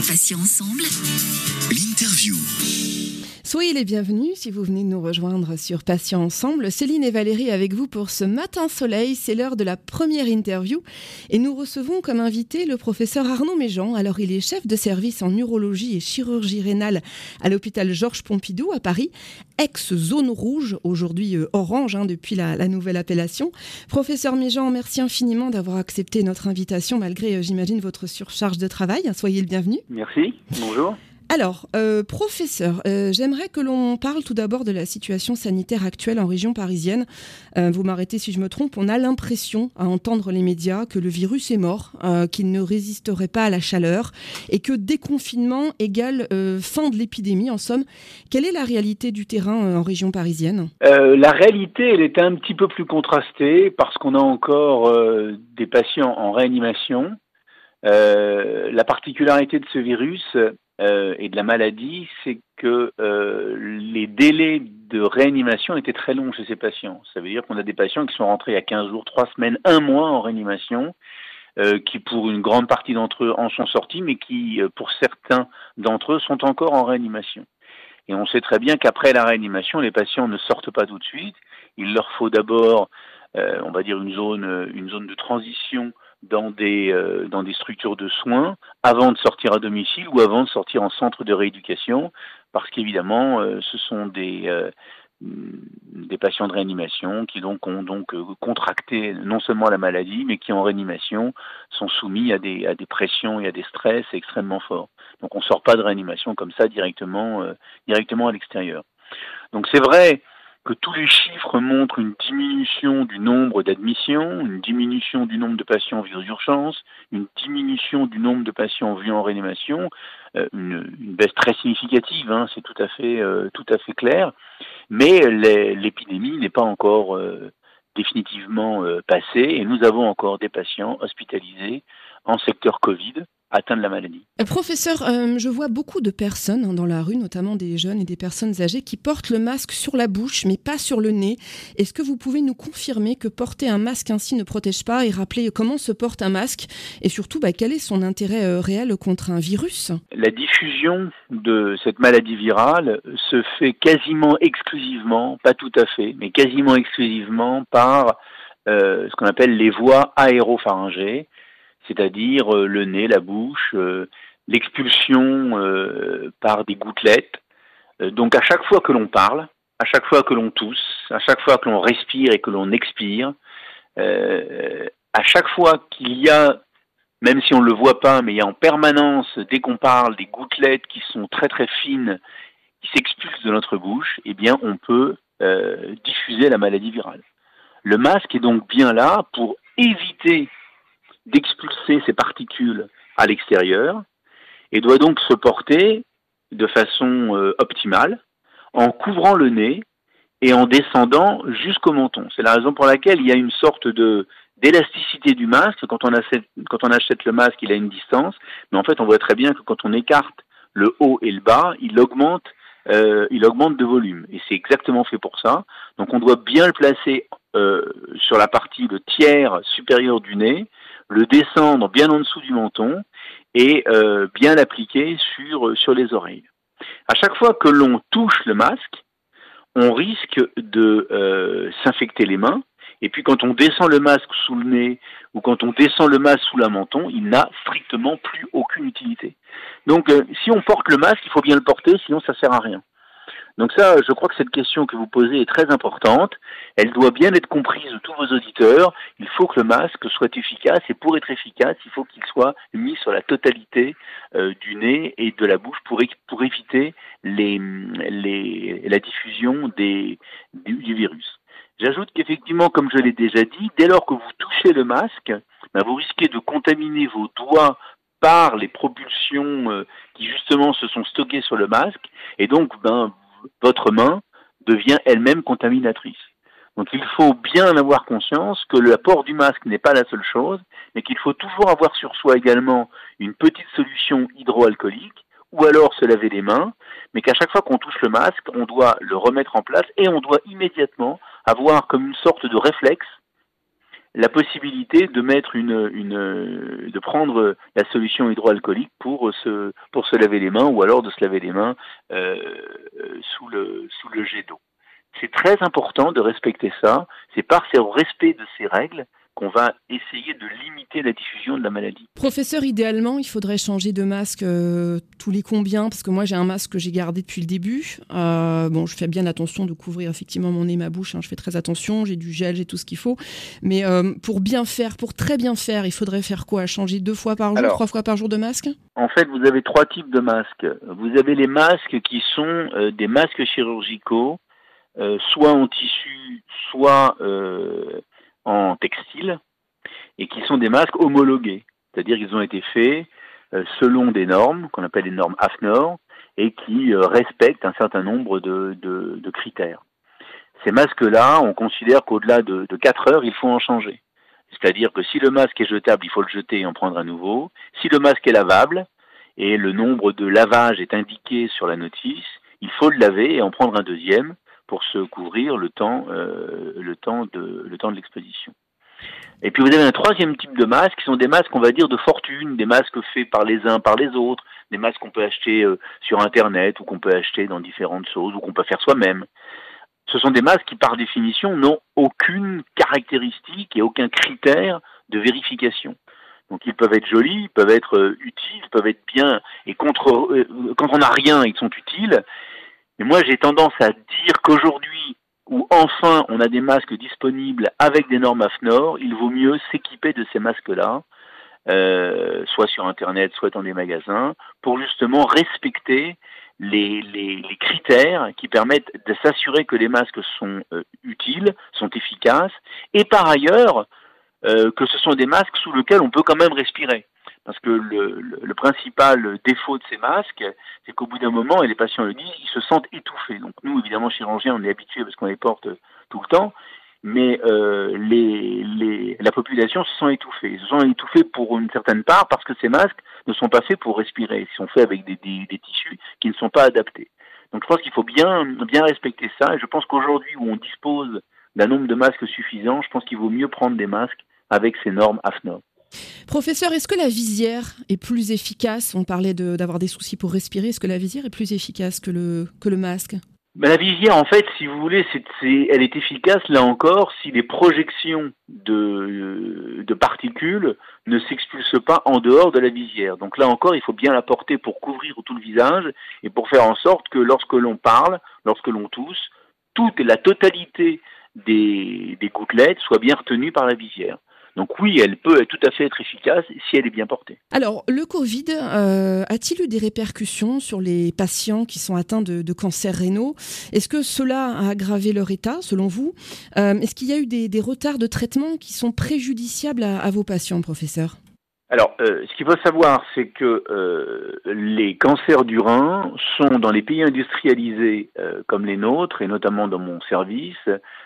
Patients ensemble. L'interview. Soyez les bienvenus si vous venez de nous rejoindre sur Patients Ensemble. Céline et Valérie avec vous pour ce matin soleil. C'est l'heure de la première interview et nous recevons comme invité le professeur Arnaud Méjean. Alors il est chef de service en urologie et chirurgie rénale à l'hôpital Georges Pompidou à Paris, ex-zone rouge, aujourd'hui orange depuis la nouvelle appellation. Professeur Méjean, merci infiniment d'avoir accepté notre invitation malgré, j'imagine, votre surcharge de travail. Soyez le bienvenu. Merci, bonjour. Alors, professeur, j'aimerais que l'on parle tout d'abord de la situation sanitaire actuelle en région parisienne. Vous m'arrêtez si je me trompe, on a l'impression, à entendre les médias, que le virus est mort, qu'il ne résisterait pas à la chaleur et que déconfinement égale fin de l'épidémie. En somme, quelle est la réalité du terrain en région parisienne ? La réalité, elle est un petit peu plus contrastée parce qu'on a encore des patients en réanimation. La particularité de ce virus et de la maladie, c'est que les délais de réanimation étaient très longs chez ces patients. Ça veut dire qu'on a des patients qui sont rentrés il y a 15 jours, 3 semaines, 1 mois en réanimation, qui pour une grande partie d'entre eux en sont sortis, mais qui pour certains d'entre eux sont encore en réanimation. Et on sait très bien qu'après la réanimation, les patients ne sortent pas tout de suite. Il leur faut d'abord, on va dire, une zone de transition dans des structures de soins avant de sortir à domicile ou avant de sortir en centre de rééducation, parce qu'évidemment, ce sont des patients de réanimation qui ont contracté non seulement la maladie, mais qui en réanimation sont soumis à des pressions et à des stress extrêmement forts. Donc on ne sort pas de réanimation comme ça directement à l'extérieur. Donc c'est vrai que tous les chiffres montrent une diminution du nombre d'admissions, une diminution du nombre de patients vus aux urgences, une diminution du nombre de patients vus en réanimation, une baisse très significative, c'est tout à fait clair, mais l'épidémie n'est pas encore définitivement passée et nous avons encore des patients hospitalisés en secteur Covid atteints de la maladie. Professeur, je vois beaucoup de personnes dans la rue, notamment des jeunes et des personnes âgées, qui portent le masque sur la bouche, mais pas sur le nez. Est-ce que vous pouvez nous confirmer que porter un masque ainsi ne protège pas et rappeler comment se porte un masque et surtout quel est son intérêt réel contre un virus ? La diffusion de cette maladie virale se fait quasiment exclusivement, pas tout à fait, mais quasiment exclusivement par ce qu'on appelle les voies aéropharyngées, c'est-à-dire le nez, la bouche, l'expulsion par des gouttelettes. Donc à chaque fois que l'on parle, à chaque fois que l'on tousse, à chaque fois que l'on respire et que l'on expire, à chaque fois qu'il y a, même si on ne le voit pas, mais il y a en permanence, dès qu'on parle, des gouttelettes qui sont très très fines, qui s'expulsent de notre bouche, eh bien on peut diffuser la maladie virale. Le masque est donc bien là pour éviter d'expulser ces particules à l'extérieur et doit donc se porter de façon optimale en couvrant le nez et en descendant jusqu'au menton. C'est la raison pour laquelle il y a une sorte d'élasticité du masque. Quand on achète le masque, il a une distance, mais en fait on voit très bien que quand on écarte le haut et le bas, il augmente de volume et c'est exactement fait pour ça. Donc on doit bien le placer sur la partie, le tiers supérieur du nez, le descendre bien en dessous du menton et bien l'appliquer sur les oreilles. À chaque fois que l'on touche le masque, on risque de s'infecter les mains. Et puis quand on descend le masque sous le nez ou quand on descend le masque sous la menton, il n'a strictement plus aucune utilité. Donc si on porte le masque, il faut bien le porter, sinon ça sert à rien. Donc ça, je crois que cette question que vous posez est très importante. Elle doit bien être comprise de tous vos auditeurs. Il faut que le masque soit efficace et pour être efficace, il faut qu'il soit mis sur la totalité du nez et de la bouche pour éviter la diffusion du virus. J'ajoute qu'effectivement, comme je l'ai déjà dit, dès lors que vous touchez le masque, vous risquez de contaminer vos doigts par les propulsions qui justement se sont stockées sur le masque et donc votre main devient elle-même contaminatrice. Donc il faut bien en avoir conscience que le port du masque n'est pas la seule chose, mais qu'il faut toujours avoir sur soi également une petite solution hydroalcoolique ou alors se laver les mains, mais qu'à chaque fois qu'on touche le masque, on doit le remettre en place et on doit immédiatement avoir comme une sorte de réflexe la possibilité de mettre de prendre la solution hydroalcoolique pour se laver les mains, ou alors de se laver les mains sous le jet d'eau. C'est très important de respecter ça. C'est par ce respect de ces règles qu'on va essayer de limiter la diffusion de la maladie. Professeur, idéalement, il faudrait changer de masque tous les combien? Parce que moi, j'ai un masque que j'ai gardé depuis le début. Je fais bien attention de couvrir effectivement mon nez, ma bouche. Je fais très attention. J'ai du gel, j'ai tout ce qu'il faut. Mais pour très bien faire, il faudrait faire quoi? Changer 2 fois par jour, 3 fois par jour de masque? En fait, vous avez 3 types de masques. Vous avez les masques qui sont des masques chirurgicaux, soit en tissu, soit en textile, et qui sont des masques homologués. C'est-à-dire qu'ils ont été faits selon des normes, qu'on appelle les normes AFNOR, et qui respectent un certain nombre de critères. Ces masques-là, on considère qu'au-delà de 4 heures, il faut en changer. C'est-à-dire que si le masque est jetable, il faut le jeter et en prendre un nouveau. Si le masque est lavable, et le nombre de lavages est indiqué sur la notice, il faut le laver et en prendre un deuxième pour se couvrir le temps de l'exposition. Et puis vous avez un 3e type de masques qui sont des masques, on va dire, de fortune, des masques faits par les uns, par les autres, des masques qu'on peut acheter sur Internet ou qu'on peut acheter dans différentes choses ou qu'on peut faire soi-même. Ce sont des masques qui, par définition, n'ont aucune caractéristique et aucun critère de vérification. Donc ils peuvent être jolis, ils peuvent être utiles, ils peuvent être bien, et quand on n'a rien, ils sont utiles. Mais moi, j'ai tendance à dire qu'aujourd'hui, où enfin on a des masques disponibles avec des normes AFNOR, il vaut mieux s'équiper de ces masques-là, soit sur Internet, soit dans des magasins, pour justement respecter les critères qui permettent de s'assurer que les masques sont utiles, sont efficaces, et par ailleurs, que ce sont des masques sous lesquels on peut quand même respirer. Parce que le principal défaut de ces masques, c'est qu'au bout d'un moment, et les patients le disent, ils se sentent étouffés. Donc nous, évidemment, chirurgiens, on est habitués parce qu'on les porte tout le temps, mais la population se sent étouffée. Ils se sont étouffés pour une certaine part parce que ces masques ne sont pas faits pour respirer. Ils sont faits avec des tissus qui ne sont pas adaptés. Donc je pense qu'il faut bien respecter ça. Et je pense qu'aujourd'hui, où on dispose d'un nombre de masques suffisant, je pense qu'il vaut mieux prendre des masques avec ces normes AFNOR. Professeur, est-ce que la visière est plus efficace? On parlait d'avoir des soucis pour respirer. Est-ce que la visière est plus efficace que le masque? La visière, en fait, si vous voulez, elle est efficace, là encore, si les projections de particules ne s'expulsent pas en dehors de la visière. Donc là encore, il faut bien la porter pour couvrir tout le visage et pour faire en sorte que lorsque l'on parle, lorsque l'on tousse, la totalité des gouttelettes soit bien retenue par la visière. Donc oui, elle peut tout à fait être efficace si elle est bien portée. Alors, le Covid a-t-il eu des répercussions sur les patients qui sont atteints de cancers rénaux? Est-ce que cela a aggravé leur état, selon vous? Est-ce qu'il y a eu des retards de traitement qui sont préjudiciables à vos patients, professeur? Alors, ce qu'il faut savoir, c'est que les cancers du rein sont, dans les pays industrialisés comme les nôtres, et notamment dans mon service,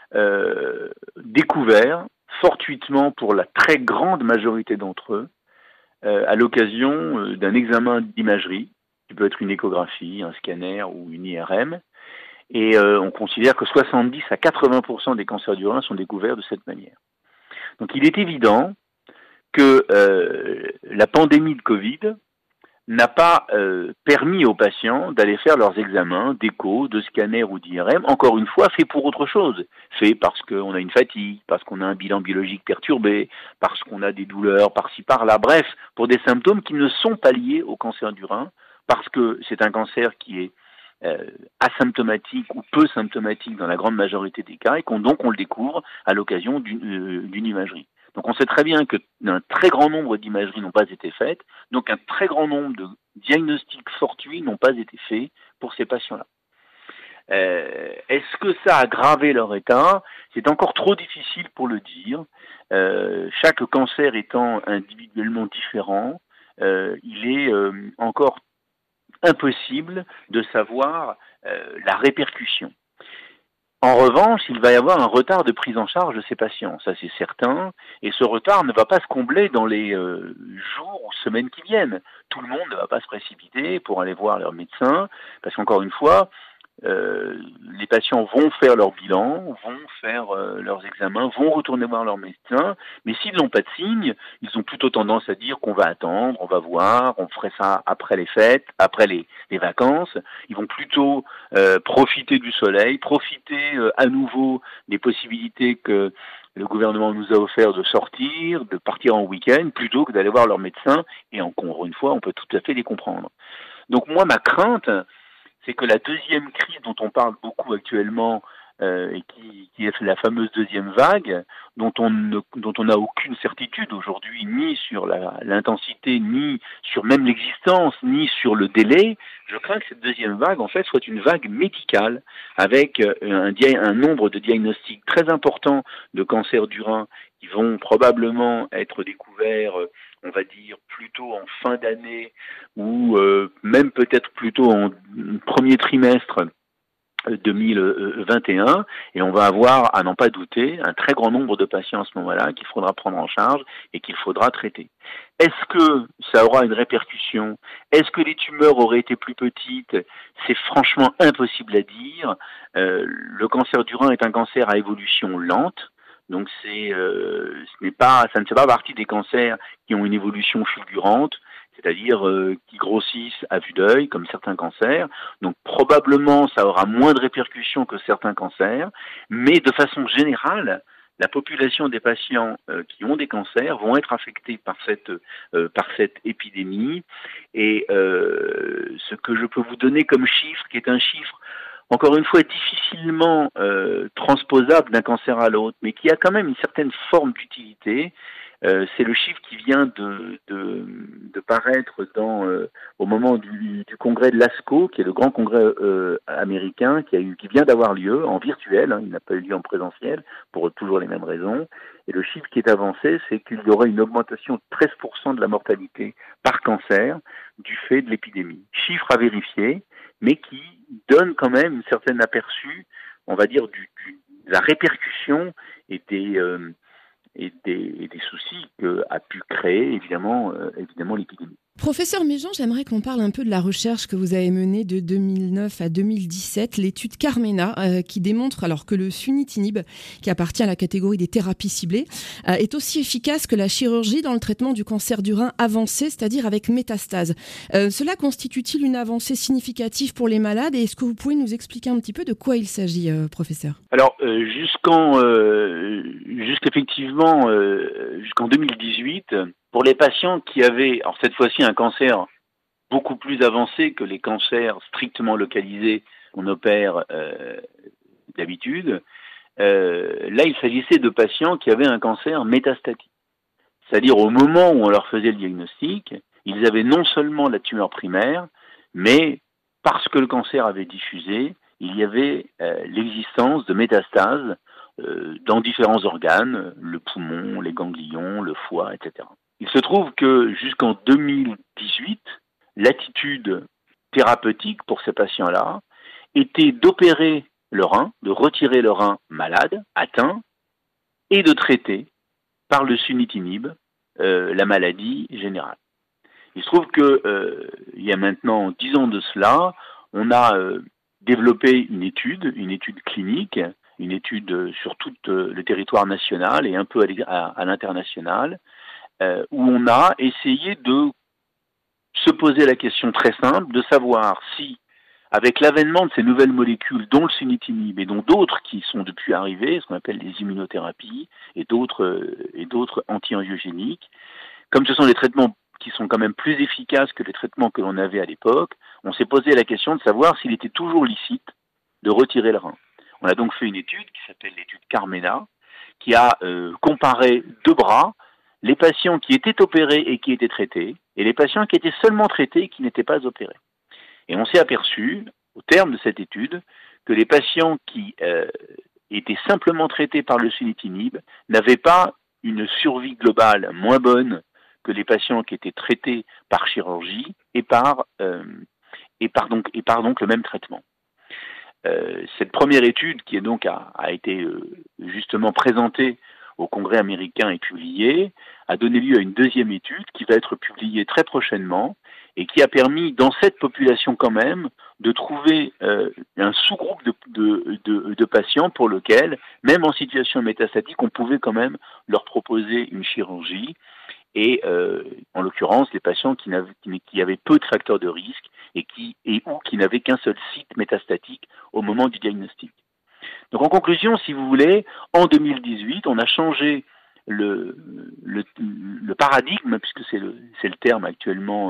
découverts fortuitement pour la très grande majorité d'entre eux, à l'occasion d'un examen d'imagerie, qui peut être une échographie, un scanner ou une IRM, et on considère que 70 à 80% des cancers du rein sont découverts de cette manière. Donc il est évident que la pandémie de Covid n'a pas permis aux patients d'aller faire leurs examens d'écho, de scanner ou d'IRM, encore une fois, fait pour autre chose. Fait parce qu'on a une fatigue, parce qu'on a un bilan biologique perturbé, parce qu'on a des douleurs par-ci par-là, bref, pour des symptômes qui ne sont pas liés au cancer du rein, parce que c'est un cancer qui est asymptomatique ou peu symptomatique dans la grande majorité des cas, et donc on le découvre à l'occasion d'une imagerie. Donc on sait très bien qu'un très grand nombre d'imageries n'ont pas été faites, donc un très grand nombre de diagnostics fortuits n'ont pas été faits pour ces patients-là. Est-ce que ça a aggravé leur état? C'est encore trop difficile pour le dire. Chaque cancer étant individuellement différent, il est encore impossible de savoir la répercussion. En revanche, il va y avoir un retard de prise en charge de ces patients, ça c'est certain, et ce retard ne va pas se combler dans les jours ou semaines qui viennent. Tout le monde ne va pas se précipiter pour aller voir leur médecin, parce qu'encore une fois, les patients vont faire leur bilan, vont faire leurs examens, vont retourner voir leur médecin, mais s'ils n'ont pas de signes, ils ont plutôt tendance à dire qu'on va attendre, on va voir, on ferait ça après les fêtes, après les vacances. Ils vont plutôt profiter du soleil, profiter à nouveau des possibilités que le gouvernement nous a offert de sortir, de partir en week-end, plutôt que d'aller voir leur médecin, et encore une fois, on peut tout à fait les comprendre. Donc moi, ma crainte, c'est que la deuxième crise dont on parle beaucoup actuellement, et qui est la fameuse deuxième vague, dont on n'a aucune certitude aujourd'hui, ni sur l'intensité, ni sur même l'existence, ni sur le délai, je crains que cette deuxième vague, en fait, soit une vague médicale, avec un nombre de diagnostics très importants de cancer du rein qui vont probablement être découverts, on va dire, plutôt en fin d'année ou même peut-être plutôt en premier trimestre 2021, et on va avoir, à n'en pas douter, un très grand nombre de patients à ce moment-là qu'il faudra prendre en charge et qu'il faudra traiter. Est-ce que ça aura une répercussion? Est-ce que les tumeurs auraient été plus petites? C'est franchement impossible à dire. Le cancer du rein est un cancer à évolution lente. Donc ça ne fait pas partie des cancers qui ont une évolution fulgurante, c'est-à-dire qui grossissent à vue d'œil, comme certains cancers. Donc probablement, ça aura moins de répercussions que certains cancers, mais de façon générale, la population des patients qui ont des cancers vont être affectés par cette épidémie. Et ce que je peux vous donner comme chiffre, qui est un chiffre encore une fois difficilement transposable d'un cancer à l'autre, mais qui a quand même une certaine forme d'utilité. C'est le chiffre qui vient de paraître au moment du congrès de l'ASCO, qui est le grand congrès américain qui vient d'avoir lieu en virtuel, il n'a pas eu lieu en présentiel pour toujours les mêmes raisons. Et le chiffre qui est avancé, c'est qu'il y aurait une augmentation de 13% de la mortalité par cancer du fait de l'épidémie. Chiffre à vérifier, mais qui donne quand même une certaine aperçu, on va dire, de la répercussion et des soucis qu'a pu créer évidemment l'épidémie. Professeur Méjean, j'aimerais qu'on parle un peu de la recherche que vous avez menée de 2009 à 2017, l'étude Carmena, qui démontre alors que le sunitinib, qui appartient à la catégorie des thérapies ciblées, est aussi efficace que la chirurgie dans le traitement du cancer du rein avancé, c'est-à-dire avec métastase. Cela constitue-t-il une avancée significative pour les malades, et est-ce que vous pouvez nous expliquer un petit peu de quoi il s'agit, professeur? Alors, jusqu'en 2018, pour les patients qui avaient, alors cette fois-ci, un cancer beaucoup plus avancé que les cancers strictement localisés qu'on opère d'habitude, là, il s'agissait de patients qui avaient un cancer métastatique. C'est-à-dire, au moment où on leur faisait le diagnostic, ils avaient non seulement la tumeur primaire, mais parce que le cancer avait diffusé, il y avait l'existence de métastases dans différents organes, le poumon, les ganglions, le foie, etc. Il se trouve que jusqu'en 2018, l'attitude thérapeutique pour ces patients-là était d'opérer le rein, de retirer le rein malade, atteint, et de traiter par le sunitinib la maladie générale. Il se trouve que il y a maintenant 10 ans de cela, on a développé une étude clinique, une étude sur tout le territoire national et un peu à l'international, où on a essayé de se poser la question très simple de savoir si, avec l'avènement de ces nouvelles molécules, dont le sunitinib et dont d'autres qui sont depuis arrivées, ce qu'on appelle les immunothérapies et d'autres anti-angiogéniques, comme ce sont des traitements qui sont quand même plus efficaces que les traitements que l'on avait à l'époque, on s'est posé la question de savoir s'il était toujours licite de retirer le rein. On a donc fait une étude qui s'appelle l'étude Carmena, qui a comparé deux bras, les patients qui étaient opérés et qui étaient traités, et les patients qui étaient seulement traités et qui n'étaient pas opérés. Et on s'est aperçu, au terme de cette étude, que les patients qui étaient simplement traités par le sunitinib n'avaient pas une survie globale moins bonne que les patients qui étaient traités par chirurgie et par donc le même traitement. Cette première étude qui est donc a été justement présentée au Congrès américain et publiée, a donné lieu à une deuxième étude qui va être publiée très prochainement et qui a permis, dans cette population quand même, de trouver un sous-groupe de patients pour lequel, même en situation métastatique, on pouvait quand même leur proposer une chirurgie. Et en l'occurrence, les patients qui avaient peu de facteurs de risque ou qui n'avaient qu'un seul site métastatique au moment du diagnostic. Donc en conclusion, si vous voulez, en 2018, on a changé le paradigme, puisque c'est le terme actuellement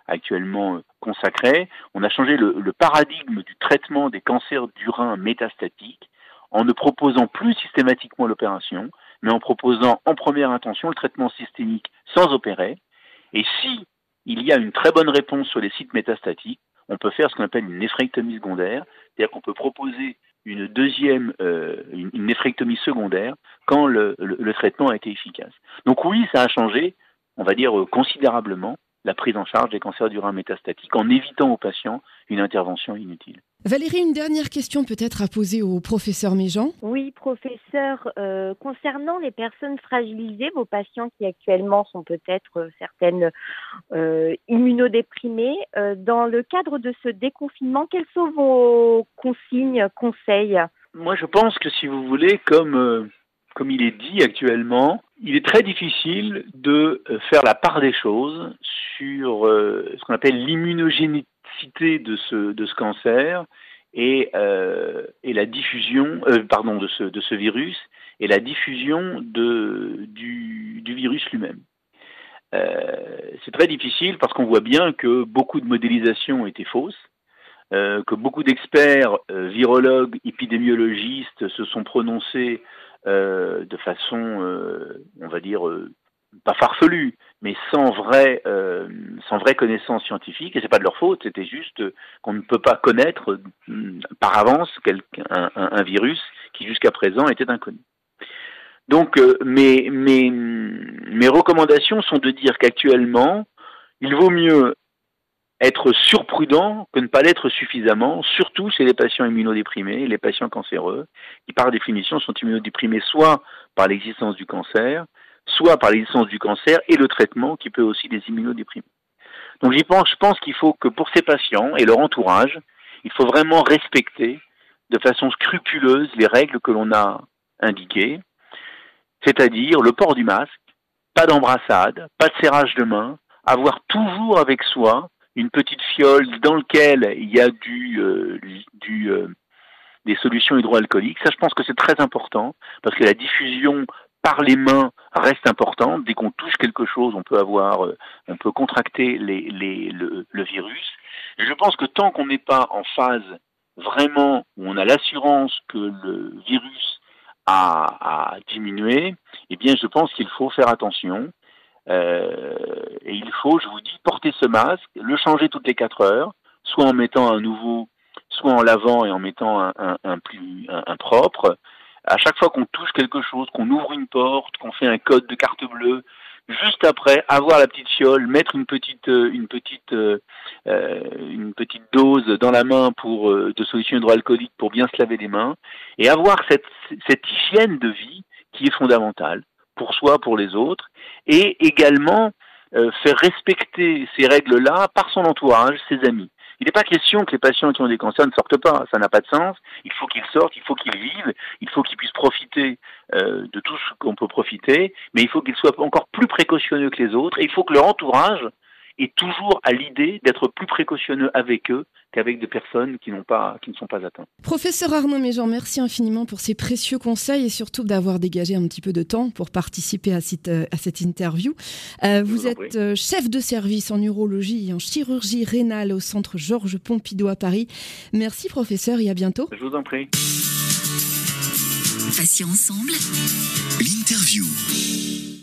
consacré, on a changé le paradigme du traitement des cancers du rein métastatiques en ne proposant plus systématiquement l'opération, mais en proposant en première intention le traitement systémique sans opérer. Et si il y a une très bonne réponse sur les sites métastatiques, on peut faire ce qu'on appelle une néphrectomie secondaire, c'est-à-dire qu'on peut proposer une néphrectomie secondaire quand le traitement a été efficace. Donc oui, ça a changé, on va dire considérablement, la prise en charge des cancers du rein métastatique en évitant aux patients une intervention inutile. Valérie, une dernière question peut-être à poser au professeur Méjean. Oui, professeur, concernant les personnes fragilisées, vos patients qui actuellement sont peut-être certaines immunodéprimées, dans le cadre de ce déconfinement, quelles sont vos consignes, conseils ? Moi, je pense que si vous voulez, comme il est dit actuellement, il est très difficile de faire la part des choses sur ce qu'on appelle l'immunogénicité de ce cancer et la diffusion de ce virus et la diffusion du virus lui-même. C'est très difficile parce qu'on voit bien que beaucoup de modélisations étaient fausses, que beaucoup d'experts, virologues, épidémiologistes se sont prononcés de façon, on va dire, pas farfelue, mais sans vraie connaissance scientifique. Et c'est pas de leur faute, c'était juste qu'on ne peut pas connaître par avance un virus qui jusqu'à présent était inconnu. Donc, mes recommandations sont de dire qu'actuellement, il vaut mieux être surprudent que ne pas l'être suffisamment, surtout chez les patients immunodéprimés, les patients cancéreux, qui par définition sont immunodéprimés soit par l'existence du cancer, soit par l'existence du cancer et le traitement qui peut aussi les immunodéprimer. Donc je pense qu'il faut que pour ces patients et leur entourage, il faut vraiment respecter de façon scrupuleuse les règles que l'on a indiquées, c'est-à-dire le port du masque, pas d'embrassade, pas de serrage de main, avoir toujours avec soi une petite fiole dans laquelle il y a des solutions hydroalcooliques. Ça, je pense que c'est très important parce que la diffusion par les mains reste importante. Dès qu'on touche quelque chose, on peut contracter le virus. Et je pense que tant qu'on n'est pas en phase vraiment où on a l'assurance que le virus a diminué, eh bien, je pense qu'il faut faire attention. Et il faut, je vous dis, porter ce masque, le changer toutes les 4 heures, soit en mettant un nouveau, soit en lavant et en mettant un propre. À chaque fois qu'on touche quelque chose, qu'on ouvre une porte, qu'on fait un code de carte bleue, juste après, avoir la petite fiole, mettre une petite dose dans la main de solution hydroalcoolique pour bien se laver les mains, et avoir cette hygiène de vie qui est fondamentale pour soi, pour les autres, et également faire respecter ces règles-là par son entourage, ses amis. Il n'est pas question que les patients qui ont des cancers ne sortent pas, ça n'a pas de sens. Il faut qu'ils sortent, il faut qu'ils vivent, il faut qu'ils puissent profiter de tout ce qu'on peut profiter, mais il faut qu'ils soient encore plus précautionneux que les autres, et il faut que leur entourage ait toujours à l'idée d'être plus précautionneux avec eux qu'avec des personnes qui ne sont pas atteintes. Professeur Arnaud Méjean, merci infiniment pour ces précieux conseils et surtout d'avoir dégagé un petit peu de temps pour participer à cette interview. Vous êtes chef de service en urologie et en chirurgie rénale au centre Georges Pompidou à Paris. Merci professeur et à bientôt. Je vous en prie. Patients ensemble. L'interview.